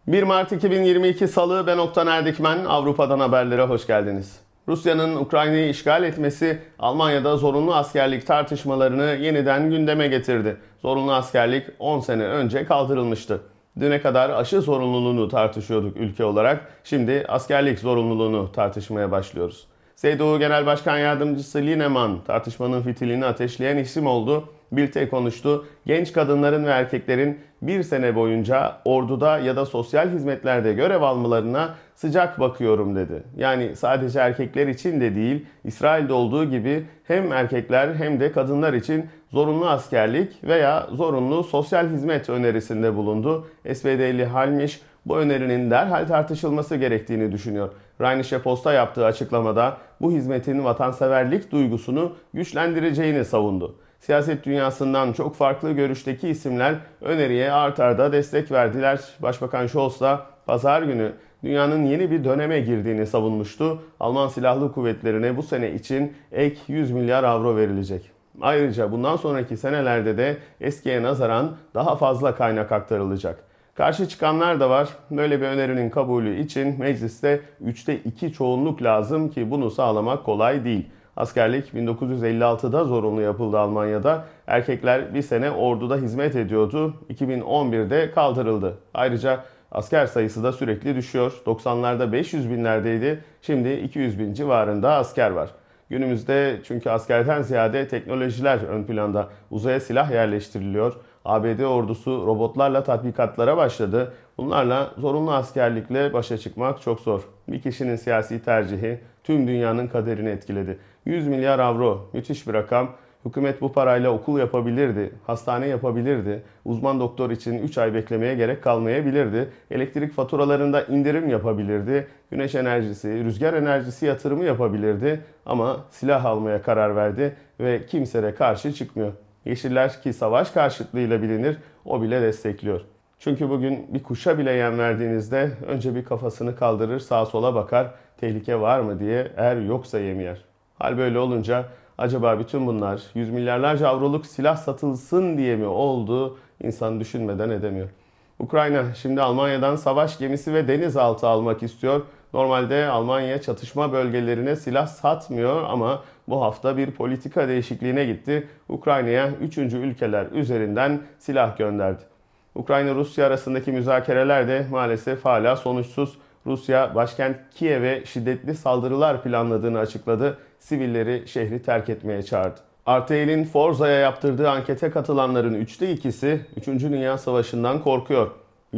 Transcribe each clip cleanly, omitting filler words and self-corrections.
1 Mart 2022 Salı, ben Oktan Erdikmen. Avrupa'dan haberlere hoş geldiniz. Rusya'nın Ukrayna'yı işgal etmesi Almanya'da zorunlu askerlik tartışmalarını yeniden gündeme getirdi. Zorunlu askerlik 10 sene önce kaldırılmıştı. Düne kadar aşı zorunluluğunu tartışıyorduk ülke olarak. Şimdi askerlik zorunluluğunu tartışmaya başlıyoruz. CDU Genel Başkan Yardımcısı Lineman tartışmanın fitilini ateşleyen isim oldu. Bild'e konuştu. Genç kadınların ve erkeklerin bir sene boyunca orduda ya da sosyal hizmetlerde görev almalarına sıcak bakıyorum dedi. Yani sadece erkekler için de değil, İsrail'de olduğu gibi hem erkekler hem de kadınlar için zorunlu askerlik veya zorunlu sosyal hizmet önerisinde bulundu. SPD'li Halmiş bu önerinin derhal tartışılması gerektiğini düşünüyor. Rheinische Post'a yaptığı açıklamada bu hizmetin vatanseverlik duygusunu güçlendireceğini savundu. Siyaset dünyasından çok farklı görüşteki isimler öneriye art arda destek verdiler. Başbakan Scholz da pazar günü dünyanın yeni bir döneme girdiğini savunmuştu. Alman Silahlı Kuvvetleri'ne bu sene için ek 100 milyar avro verilecek. Ayrıca bundan sonraki senelerde de eskiye nazaran daha fazla kaynak aktarılacak. Karşı çıkanlar da var. Böyle bir önerinin kabulü için mecliste 3'te 2 çoğunluk lazım ki bunu sağlamak kolay değil. Askerlik 1956'da zorunlu yapıldı Almanya'da. Erkekler bir sene orduda hizmet ediyordu. 2011'de kaldırıldı. Ayrıca asker sayısı da sürekli düşüyor. 90'larda 500 binlerdeydi. Şimdi 200 bin civarında asker var. Günümüzde çünkü askerden ziyade teknolojiler ön planda. Uzaya silah yerleştiriliyor. ABD ordusu robotlarla tatbikatlara başladı. Bunlarla zorunlu askerlikle başa çıkmak çok zor. Bir kişinin siyasi tercihi tüm dünyanın kaderini etkiledi. 100 milyar avro, müthiş bir rakam. Hükümet bu parayla okul yapabilirdi, hastane yapabilirdi, uzman doktor için 3 ay beklemeye gerek kalmayabilirdi, elektrik faturalarında indirim yapabilirdi, güneş enerjisi, rüzgar enerjisi yatırımı yapabilirdi ama silah almaya karar verdi ve kimse de karşı çıkmıyor. Yeşiller ki savaş karşıtlığıyla bilinir, o bile destekliyor. Çünkü bugün bir kuşa bile yem verdiğinizde önce bir kafasını kaldırır, sağa sola bakar, tehlike var mı diye, eğer yoksa yem yer. Hal böyle olunca acaba bütün bunlar yüz milyarlarca avroluk silah satılsın diye mi oldu? İnsan düşünmeden edemiyor. Ukrayna şimdi Almanya'dan savaş gemisi ve denizaltı almak istiyor. Normalde Almanya çatışma bölgelerine silah satmıyor ama bu hafta bir politika değişikliğine gitti. Ukrayna'ya 3. ülkeler üzerinden silah gönderdi. Ukrayna-Rusya arasındaki müzakereler de maalesef hala sonuçsuz. Rusya başkent Kiev'e şiddetli saldırılar planladığını açıkladı. Sivilleri şehri terk etmeye çağırdı. RTL'in Forza'ya yaptırdığı ankete katılanların 3'te 2'si 3. Dünya Savaşı'ndan korkuyor.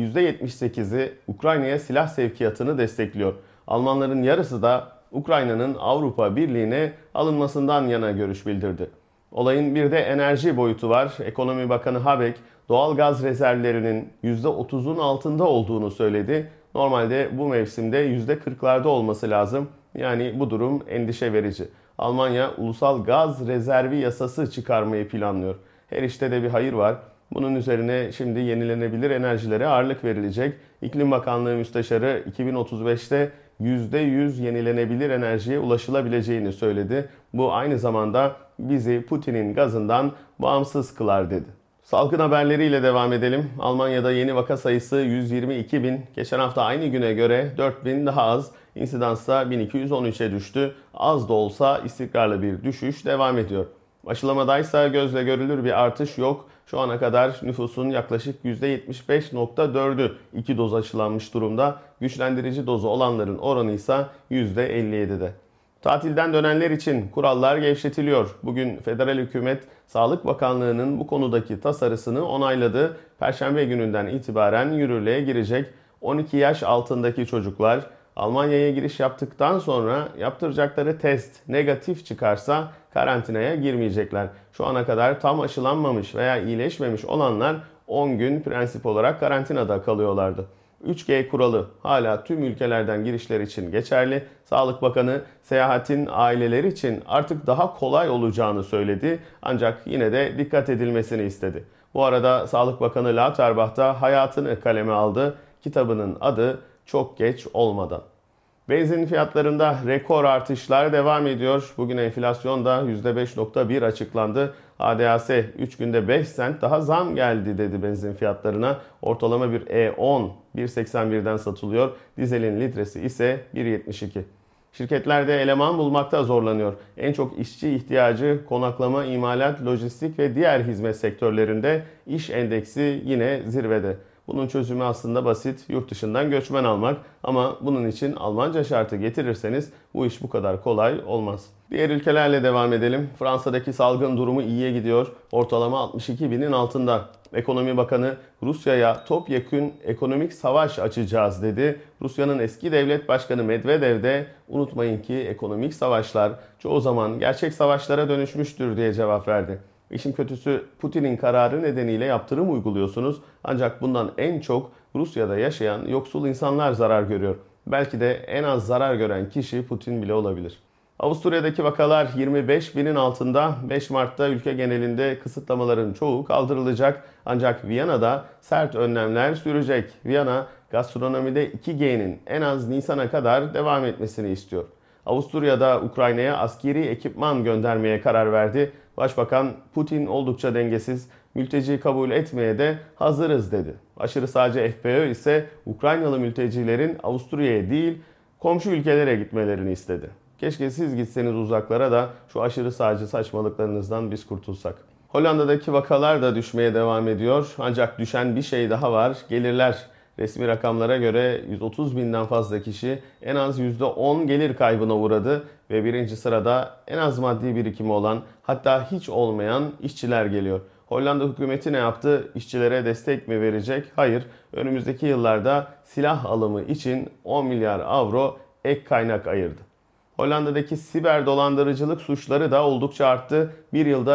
%78'i Ukrayna'ya silah sevkiyatını destekliyor. Almanların yarısı da Ukrayna'nın Avrupa Birliği'ne alınmasından yana görüş bildirdi. Olayın bir de enerji boyutu var. Ekonomi Bakanı Habeck, doğal gaz rezervlerinin %30'un altında olduğunu söyledi. Normalde bu mevsimde %40'larda olması lazım. Yani bu durum endişe verici. Almanya ulusal gaz rezervi yasası çıkarmayı planlıyor. Her işte de bir hayır var. Bunun üzerine şimdi yenilenebilir enerjilere ağırlık verilecek. İklim Bakanlığı Müsteşarı 2035'te %100 yenilenebilir enerjiye ulaşılabileceğini söyledi. Bu aynı zamanda bizi Putin'in gazından bağımsız kılar dedi. Salgın haberleriyle devam edelim. Almanya'da yeni vaka sayısı 122 bin. Geçen hafta aynı güne göre 4 bin daha az. İnsidans da 1213'e düştü. Az da olsa istikrarlı bir düşüş devam ediyor. Aşılamadaysa gözle görülür bir artış yok. Şu ana kadar nüfusun yaklaşık %75.4'ü 2 doz aşılanmış durumda. Güçlendirici dozu olanların oranı ise %57'de. Tatilden dönenler için kurallar gevşetiliyor. Bugün Federal Hükümet Sağlık Bakanlığı'nın bu konudaki tasarısını onayladı. Perşembe gününden itibaren yürürlüğe girecek. 12 yaş altındaki çocuklar Almanya'ya giriş yaptıktan sonra yaptıracakları test negatif çıkarsa karantinaya girmeyecekler. Şu ana kadar tam aşılanmamış veya iyileşmemiş olanlar 10 gün prensip olarak karantinada kalıyorlardı. 3G kuralı hala tüm ülkelerden girişler için geçerli. Sağlık Bakanı seyahatin aileler için artık daha kolay olacağını söyledi. Ancak yine de dikkat edilmesini istedi. Bu arada Sağlık Bakanı Lauterbach da hayatını kaleme aldı. Kitabının adı Çok Geç Olmadan. Benzin fiyatlarında rekor artışlar devam ediyor. Bugün enflasyon da %5.1 açıklandı. ADAS 3 günde 5 sent daha zam geldi dedi benzin fiyatlarına. Ortalama bir E10 1.81'den satılıyor. Dizelin litresi ise 1.72. Şirketler eleman bulmakta zorlanıyor. En çok işçi ihtiyacı konaklama, imalat, lojistik ve diğer hizmet sektörlerinde iş endeksi yine zirvede. Bunun çözümü aslında basit. Yurt dışından göçmen almak ama bunun için Almanca şartı getirirseniz bu iş bu kadar kolay olmaz. Diğer ülkelerle devam edelim. Fransa'daki salgın durumu iyiye gidiyor. Ortalama 62 binin altında. Ekonomi Bakanı Rusya'ya topyekün ekonomik savaş açacağız dedi. Rusya'nın eski devlet başkanı Medvedev de unutmayın ki ekonomik savaşlar çoğu zaman gerçek savaşlara dönüşmüştür diye cevap verdi. İşin kötüsü Putin'in kararı nedeniyle yaptırım uyguluyorsunuz. Ancak bundan en çok Rusya'da yaşayan yoksul insanlar zarar görüyor. Belki de en az zarar gören kişi Putin bile olabilir. Avusturya'daki vakalar 25 binin altında. 5 Mart'ta ülke genelinde kısıtlamaların çoğu kaldırılacak. Ancak Viyana'da sert önlemler sürecek. Viyana gastronomide 2G'nin en az Nisan'a kadar devam etmesini istiyor. Avusturya'da Ukrayna'ya askeri ekipman göndermeye karar verdi. Başbakan Putin oldukça dengesiz, mülteci kabul etmeye de hazırız dedi. Aşırı sağcı FPÖ ise Ukraynalı mültecilerin Avusturya'ya değil komşu ülkelere gitmelerini istedi. Keşke siz gitseniz uzaklara da şu aşırı sağcı saçmalıklarınızdan biz kurtulsak. Hollanda'daki vakalar da düşmeye devam ediyor. Ancak düşen bir şey daha var. Gelirler. Resmi rakamlara göre 130 binden fazla kişi en az %10 gelir kaybına uğradı ve birinci sırada en az maddi birikimi olan hatta hiç olmayan işçiler geliyor. Hollanda hükümeti ne yaptı? İşçilere destek mi verecek? Hayır. Önümüzdeki yıllarda silah alımı için 10 milyar avro ek kaynak ayırdı. Hollanda'daki siber dolandırıcılık suçları da oldukça arttı. Bir yılda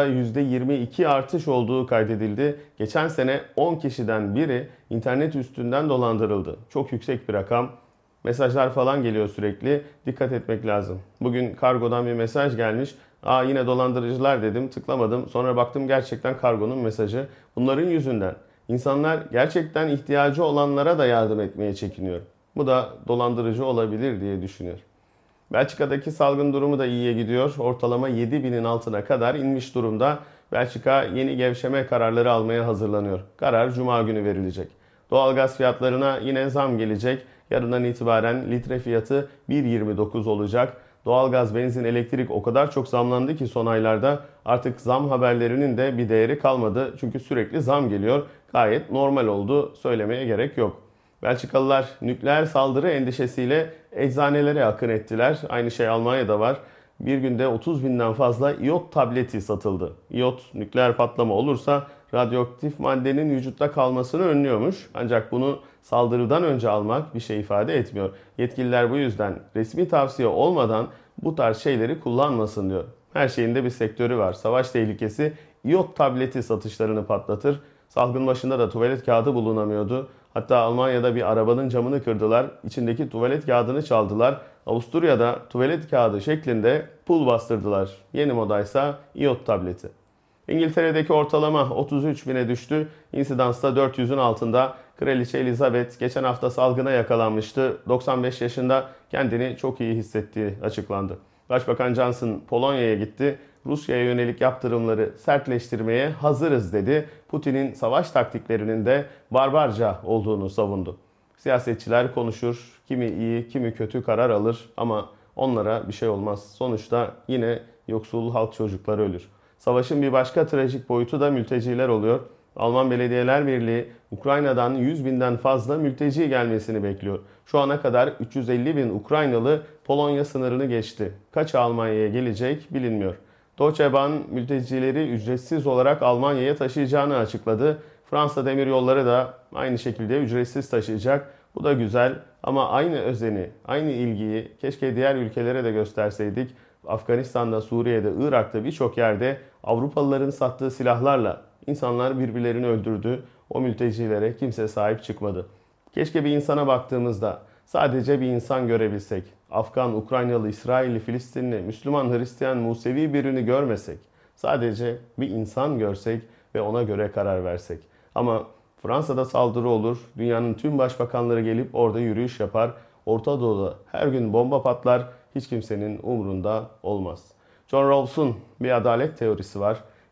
%22 artış olduğu kaydedildi. Geçen sene 10 kişiden biri internet üstünden dolandırıldı. Çok yüksek bir rakam. Mesajlar falan geliyor sürekli. Dikkat etmek lazım. Bugün kargodan bir mesaj gelmiş. Yine dolandırıcılar dedim, tıklamadım. Sonra baktım gerçekten kargonun mesajı. Bunların yüzünden insanlar gerçekten ihtiyacı olanlara da yardım etmeye çekiniyor. Bu da dolandırıcı olabilir diye düşünüyor. Belçika'daki salgın durumu da iyiye gidiyor. Ortalama 7 binin altına kadar inmiş durumda. Belçika yeni gevşeme kararları almaya hazırlanıyor. Karar Cuma günü verilecek. Doğalgaz fiyatlarına yine zam gelecek. Yarından itibaren litre fiyatı 1,29 olacak. Doğalgaz, benzin, elektrik o kadar çok zamlandı ki son aylarda artık zam haberlerinin de bir değeri kalmadı. Çünkü sürekli zam geliyor. Gayet normal oldu. Söylemeye gerek yok. Belçikalılar nükleer saldırı endişesiyle eczanelere akın ettiler. Aynı şey Almanya'da var. Bir günde 30 binden fazla iyot tableti satıldı. İyot nükleer patlama olursa radyoaktif maddenin vücutta kalmasını önlüyormuş. Ancak bunu saldırıdan önce almak bir şey ifade etmiyor. Yetkililer bu yüzden resmi tavsiye olmadan bu tarz şeyleri kullanmasın diyor. Her şeyin de bir sektörü var. Savaş tehlikesi iyot tableti satışlarını patlatır. Salgın başında da tuvalet kağıdı bulunamıyordu. Hatta Almanya'da bir arabanın camını kırdılar, içindeki tuvalet kağıdını çaldılar. Avusturya'da tuvalet kağıdı şeklinde pul bastırdılar. Yeni modaysa iyot tableti. İngiltere'deki ortalama 33 bine düştü. İnsidansta 400'ün altında. Kraliçe Elizabeth geçen hafta salgına yakalanmıştı. 95 yaşında kendini çok iyi hissettiği açıklandı. Başbakan Johnson Polonya'ya gitti. Rusya'ya yönelik yaptırımları sertleştirmeye hazırız dedi. Putin'in savaş taktiklerinin de barbarca olduğunu savundu. Siyasetçiler konuşur, kimi iyi, kimi kötü karar alır ama onlara bir şey olmaz. Sonuçta yine yoksul halk çocukları ölür. Savaşın bir başka trajik boyutu da mülteciler oluyor. Alman Belediyeler Birliği Ukrayna'dan 100 binden fazla mülteci gelmesini bekliyor. Şu ana kadar 350 bin Ukraynalı Polonya sınırını geçti. Kaçı Almanya'ya gelecek bilinmiyor. Deutsche Bahn mültecileri ücretsiz olarak Almanya'ya taşıyacağını açıkladı. Fransa Demiryolları da aynı şekilde ücretsiz taşıyacak. Bu da güzel ama aynı özeni, aynı ilgiyi keşke diğer ülkelere de gösterseydik. Afganistan'da, Suriye'de, Irak'ta birçok yerde Avrupalıların sattığı silahlarla insanlar birbirlerini öldürdü. O mültecilere kimse sahip çıkmadı. Keşke bir insana baktığımızda sadece bir insan görebilsek. Afgan, Ukraynalı, İsrailli, Filistinli, Müslüman, Hristiyan, Musevi birini görmesek. Sadece bir insan görsek ve ona göre karar versek. Ama Fransa'da saldırı olur, dünyanın tüm başbakanları gelip orada yürüyüş yapar. Orta Doğu'da her gün bomba patlar, hiç kimsenin umrunda olmaz. John Rawls'un bir adalet teorisi var.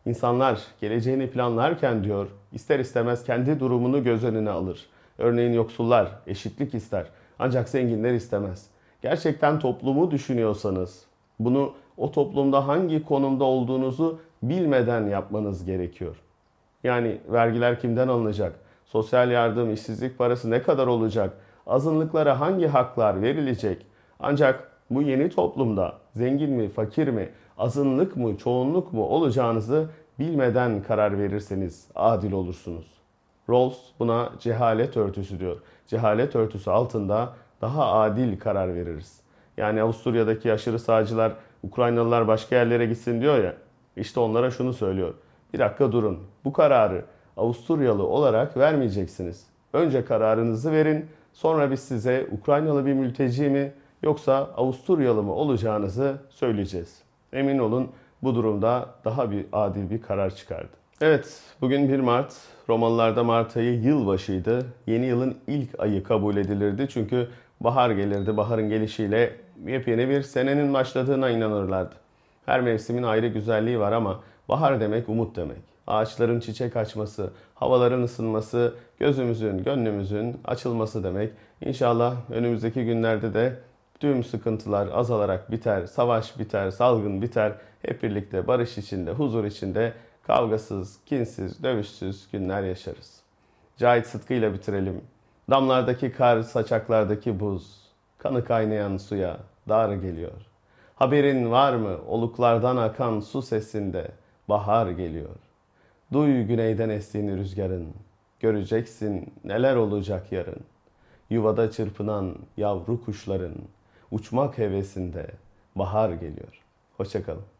İnsanlar geleceğini planlarken diyor, ister istemez kendi durumunu göz önüne alır. Örneğin yoksullar eşitlik ister ancak zenginler istemez. Gerçekten toplumu düşünüyorsanız bunu o toplumda hangi konumda olduğunuzu bilmeden yapmanız gerekiyor. Yani vergiler kimden alınacak? Sosyal yardım, işsizlik parası ne kadar olacak? Azınlıklara hangi haklar verilecek? Ancak bu yeni toplumda zengin mi, fakir mi, azınlık mı, çoğunluk mu olacağınızı bilmeden karar verirseniz adil olursunuz. Rawls buna cehalet örtüsü diyor. Cehalet örtüsü altında daha adil karar veririz. Yani Avusturya'daki aşırı sağcılar Ukraynalılar başka yerlere gitsin diyor ya. İşte onlara şunu söylüyor. Bir dakika durun. Bu kararı Avusturyalı olarak vermeyeceksiniz. Önce kararınızı verin. Sonra biz size Ukraynalı bir mülteci mi yoksa Avusturyalı mı olacağınızı söyleyeceğiz. Emin olun bu durumda daha bir adil bir karar çıkardı. Evet, bugün 1 Mart. Romalılarda Mart ayı yılbaşıydı. Yeni yılın ilk ayı kabul edilirdi. Çünkü bahar gelirdi. Baharın gelişiyle yepyeni bir senenin başladığına inanırlardı. Her mevsimin ayrı güzelliği var ama bahar demek umut demek. Ağaçların çiçek açması, havaların ısınması, gözümüzün, gönlümüzün açılması demek. İnşallah önümüzdeki günlerde de tüm sıkıntılar azalarak biter, savaş biter, salgın biter. Hep birlikte barış içinde, huzur içinde, kavgasız, kinsiz, dövüşsüz günler yaşarız. Cahit Sıtkı ile bitirelim. Damlardaki kar, saçaklardaki buz, kanı kaynayan suya dar geliyor. Haberin var mı oluklardan akan su sesinde bahar geliyor. Duy güneyden estiğini rüzgarın, göreceksin neler olacak yarın. Yuvada çırpınan yavru kuşların uçmak hevesinde bahar geliyor. Hoşça kalın.